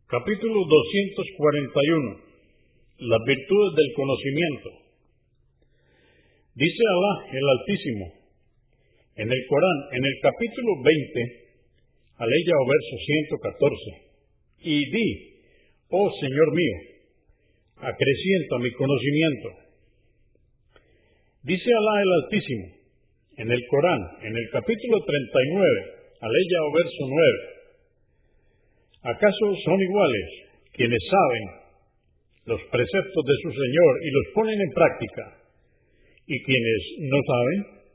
Capítulo 241. Las virtudes del conocimiento. Dice Alá el Altísimo en el Corán, en el capítulo 20, aleya o verso 114, y di, oh Señor mío, acrecienta mi conocimiento. Dice Alá el Altísimo en el Corán, en el capítulo 39, aleya o verso 9, ¿acaso son iguales quienes saben los preceptos de su Señor y los ponen en práctica, y quienes no saben?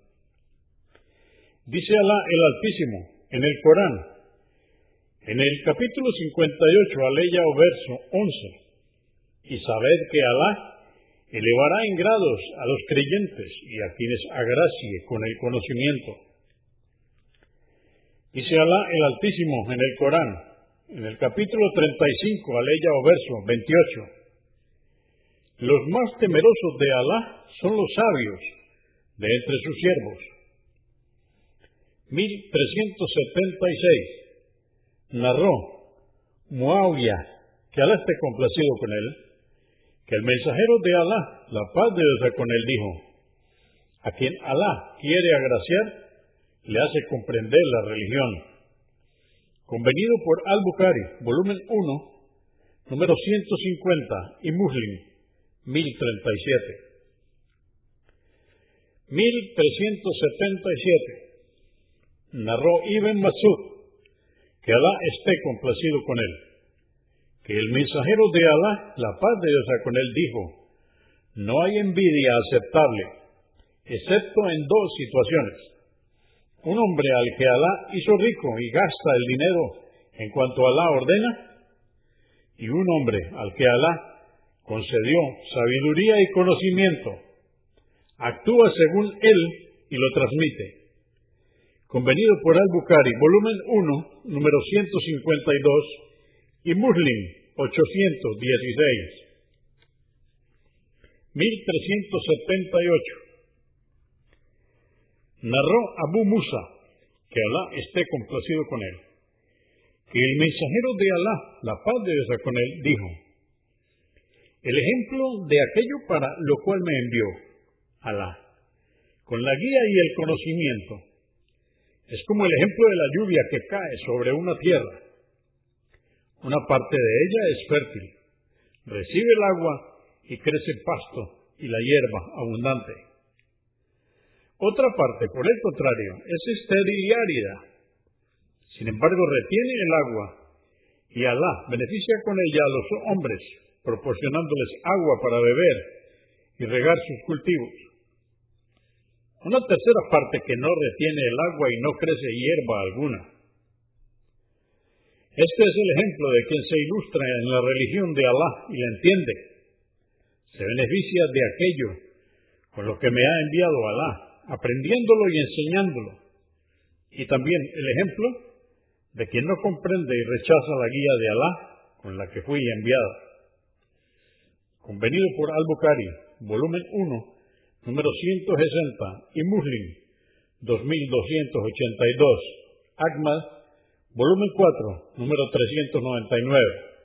Dice Alá el Altísimo en el Corán, en el capítulo 58, aleya o verso 11, y sabed que Alá elevará en grados a los creyentes y a quienes agracie con el conocimiento. Dice Alá el Altísimo en el Corán, en el capítulo 35, aleya o verso 28, los más temerosos de Alá son los sabios de entre sus siervos. 1376. Narró Muawiyah, que Alá esté complacido con él, que el mensajero de Alá, la paz de Dios sea con él, dijo: a quien Alá quiere agraciar, le hace comprender la religión. Convenido por Al-Bukhari, volumen 1, número 150, y Muslim, 1037. 1377. Narró Ibn Mas'ud, que Alá esté complacido con él, que el mensajero de Alá, la paz de Dios sea con él, dijo: no hay envidia aceptable, excepto en dos situaciones: un hombre al que Alá hizo rico y gasta el dinero en cuanto Alá ordena, y un hombre al que Alá concedió sabiduría y conocimiento, actúa según él y lo transmite. Convenido por Al-Bukhari, volumen 1, número 152, y Muslim, 816. 1378. Narró Abu Musa, que Alá esté complacido con él, que el mensajero de Alá, la paz de Dios con él, dijo: el ejemplo de aquello para lo cual me envió Alá, con la guía y el conocimiento, es como el ejemplo de la lluvia que cae sobre una tierra. Una parte de ella es fértil, recibe el agua y crece pasto y la hierba abundante. Otra parte, por el contrario, es estéril y árida. Sin embargo, retiene el agua, y Alá beneficia con ella a los hombres, proporcionándoles agua para beber y regar sus cultivos. Una tercera parte que no retiene el agua y no crece hierba alguna. Este es el ejemplo de quien se ilustra en la religión de Alá y la entiende. Se beneficia de aquello con lo que me ha enviado Alá, aprendiéndolo y enseñándolo. Y también el ejemplo de quien no comprende y rechaza la guía de Alá con la que fui enviado. Convenido por Al-Bukhari, volumen 1, número 160, y Muslim, 2282. Ahmad, volumen 4, número 399.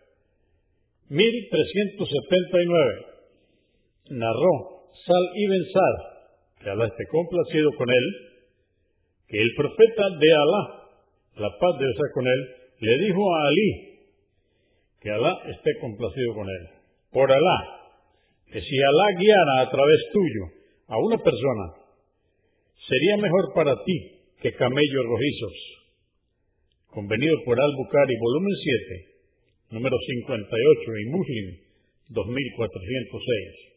1379. Narró Sal ibn Sa'd, que Alá esté complacido con él, que el profeta de Alá, la paz de Dios sea con él, le dijo a Ali, que Alá esté complacido con él: por Alá, que si Alá guiara a través tuyo a una persona, sería mejor para ti que camellos rojizos. Convenido por Al-Bukhari, volumen 7, número 58, y Muslim, 2406.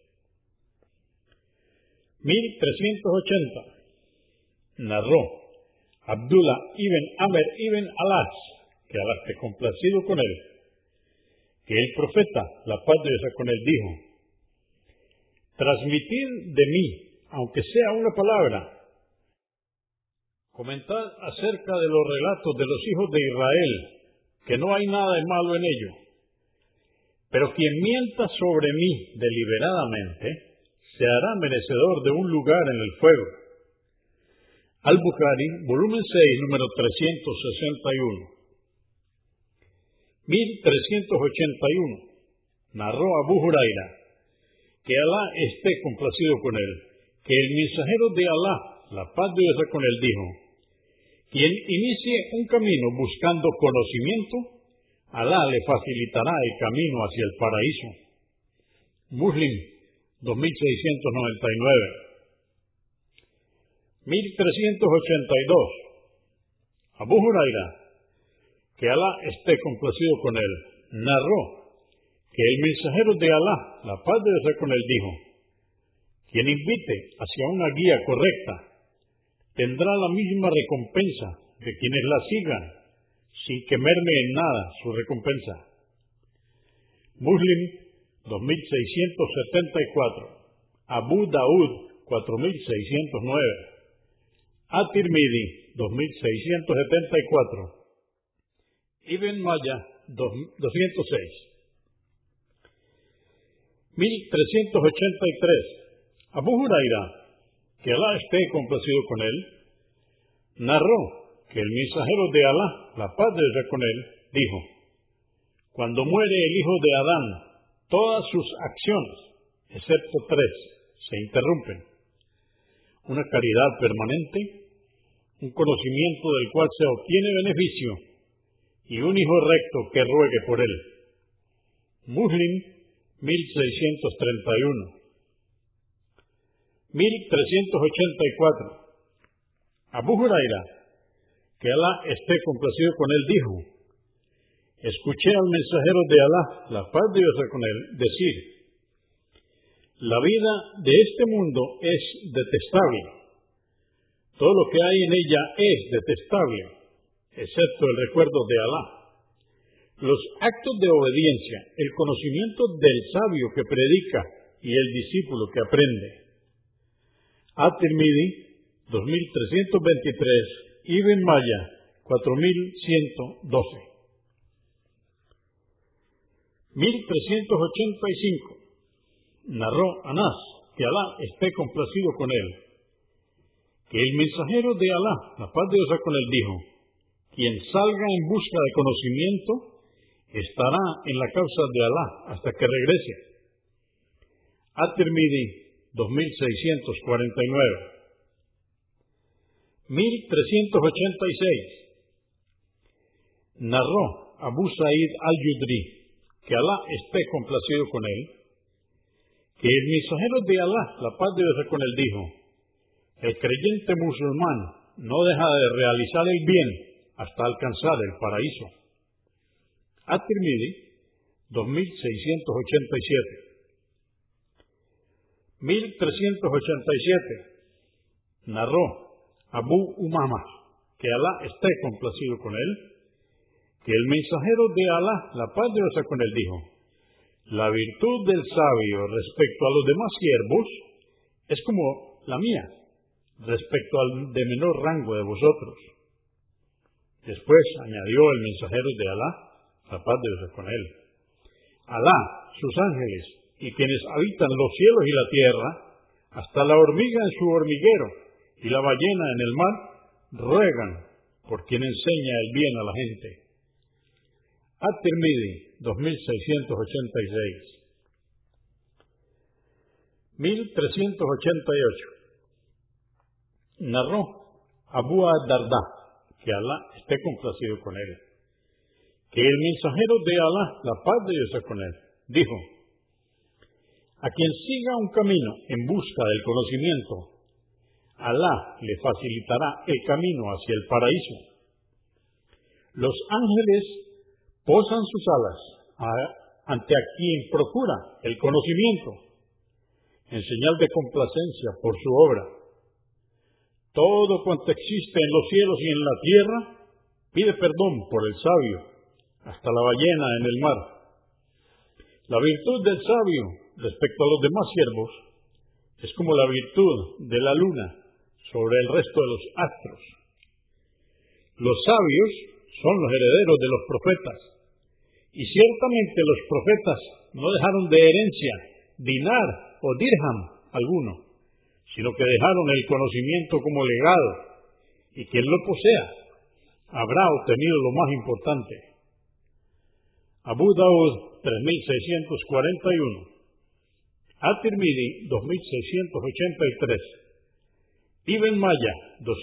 1380. Narró Abdullah ibn Amr ibn Alas, que Alá esté complacido con él, que el profeta, la paz de Dios sea con él, dijo: transmitid de mí, aunque sea una palabra. Comentad acerca de los relatos de los hijos de Israel, que no hay nada de malo en ello. Pero quien mienta sobre mí deliberadamente, se hará merecedor de un lugar en el fuego. Al-Bukhari, volumen 6, número 361. 1381. Narró Abú Huraira, que Alá esté complacido con él, que el mensajero de Alá, la paz de Dios con él, dijo: quien inicie un camino buscando conocimiento, Alá le facilitará el camino hacia el paraíso. Muslim 2699. 1382. Abú Huraira, que Alá esté complacido con él, narró que el mensajero de Alá, la paz de Dios con él, dijo: quien invite hacia una guía correcta tendrá la misma recompensa de quienes la sigan, sin que merme en nada su recompensa. Muslim 2674. Abu Daud 4609. At-Tirmidhi 2674. Ibn Majah 206. 1383. Abú Huraira, que Alá esté complacido con él, narró que el mensajero de Alá, la paz de Dios con él, dijo: cuando muere el hijo de Adán, todas sus acciones, excepto tres, se interrumpen: una caridad permanente, un conocimiento del cual se obtiene beneficio, y un hijo recto que ruegue por él. Muslim 1631. 1384. Abú Huraira, que Alá esté complacido con él, dijo: escuché al mensajero de Alá, la paz de Dios con él, decir: la vida de este mundo es detestable. Todo lo que hay en ella es detestable, excepto el recuerdo de Alá, los actos de obediencia, el conocimiento del sabio que predica y el discípulo que aprende. At-Tirmidhi 2323, Ibn Majah 4112. 1385. Narró Anás, que Alá esté complacido con él, que el mensajero de Alá, la paz de Dios con él, dijo: quien salga en busca de conocimiento estará en la causa de Alá hasta que regrese. At-Tirmidhi 2649. 1386. Narró Abu Sa'id al-Yudri, que Alá esté complacido con él, que el mensajero de Alá, la paz de Dios con él, dijo: el creyente musulmán no deja de realizar el bien hasta alcanzar el paraíso. At-Tirmidhi 2687. 1387. Narró Abu Umama, que Alá esté complacido con él, que el mensajero de Alá, la paz de Dios con él, dijo: la virtud del sabio respecto a los demás siervos es como la mía respecto al de menor rango de vosotros. Después añadió el mensajero de Alá, la paz de Dios con él: Alá, sus ángeles y quienes habitan los cielos y la tierra, hasta la hormiga en su hormiguero y la ballena en el mar, ruegan por quien enseña el bien a la gente. At-Tirmidhi 2686. 1388. Narró Abu ad-Darda, que Alá esté complacido con él, que el mensajero de Alá, la paz de Dios con él, dijo: a quien siga un camino en busca del conocimiento, Alá le facilitará el camino hacia el paraíso. Los ángeles posan sus alas ante a quien procura el conocimiento, en señal de complacencia por su obra. Todo cuanto existe en los cielos y en la tierra pide perdón por el sabio, hasta la ballena en el mar. La virtud del sabio respecto a los demás siervos es como la virtud de la luna sobre el resto de los astros. Los sabios son los herederos de los profetas, y ciertamente los profetas no dejaron de herencia dinar o dirham alguno, sino que dejaron el conocimiento como legado, y quien lo posea habrá obtenido lo más importante. Abu Daud 3641, At-Tirmidhi 2683, Ibn Majah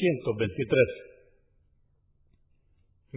223,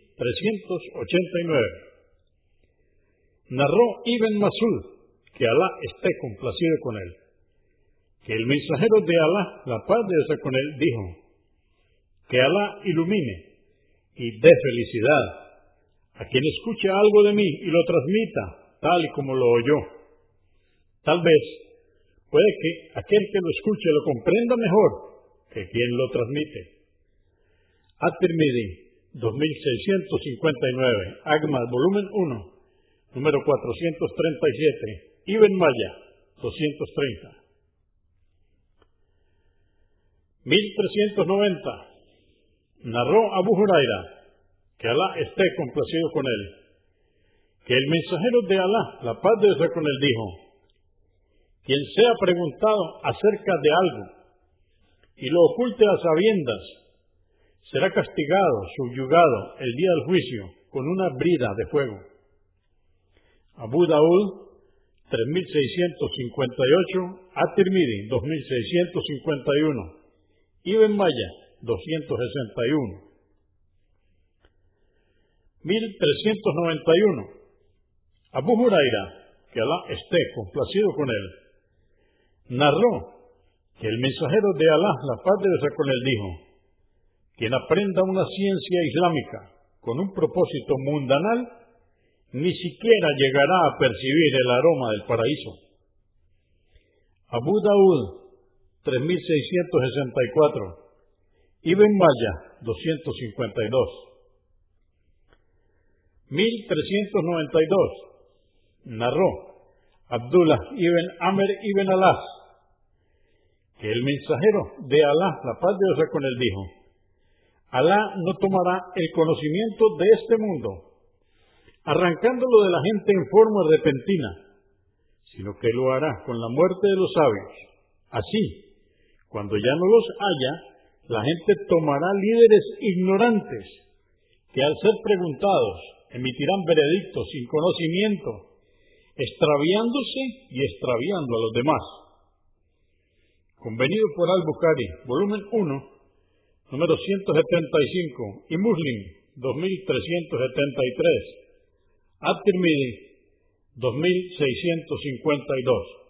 1389. Narró Ibn Mas'ud, que Alá esté complacido con él, que el mensajero de Alá, la paz de Dios con él, dijo: que Alá ilumine y dé felicidad a quien escuche algo de mí y lo transmita tal y como lo oyó. Tal vez puede que aquel que lo escuche lo comprenda mejor que quien lo transmite. At-Tirmidhi 2659, Ahmad volumen 1, número 437, Ibn Majah 230. 1390. Narró Abu Huraira, que Alá esté complacido con él, que el mensajero de Alá, la paz de Dios con él, dijo: quien sea preguntado acerca de algo y lo oculte a sabiendas, será castigado, subyugado el día del juicio con una brida de fuego. Abu Daud 3658, At-Tirmidhi 2651, Ibn Majah 261. 1391. Abu Huraira, que Alá esté complacido con él, narró que el mensajero de Alá, la paz de Dios con él, dijo: quien aprenda una ciencia islámica con un propósito mundanal, ni siquiera llegará a percibir el aroma del paraíso. Abu Daud 3664, Ibn Majah 252. 1392. Narró Abdullah ibn Amr ibn Alas, que el mensajero de Alá, la paz de Dios con él, dijo: Alá no tomará el conocimiento de este mundo, arrancándolo de la gente en forma repentina, sino que lo hará con la muerte de los sabios. Así, cuando ya no los haya, la gente tomará líderes ignorantes, que al ser preguntados emitirán veredictos sin conocimiento, extraviándose y extraviando a los demás. Convenido por Al-Bukhari, volumen 1, número 175, y Muslim 2373, At-Tirmidhi 2652.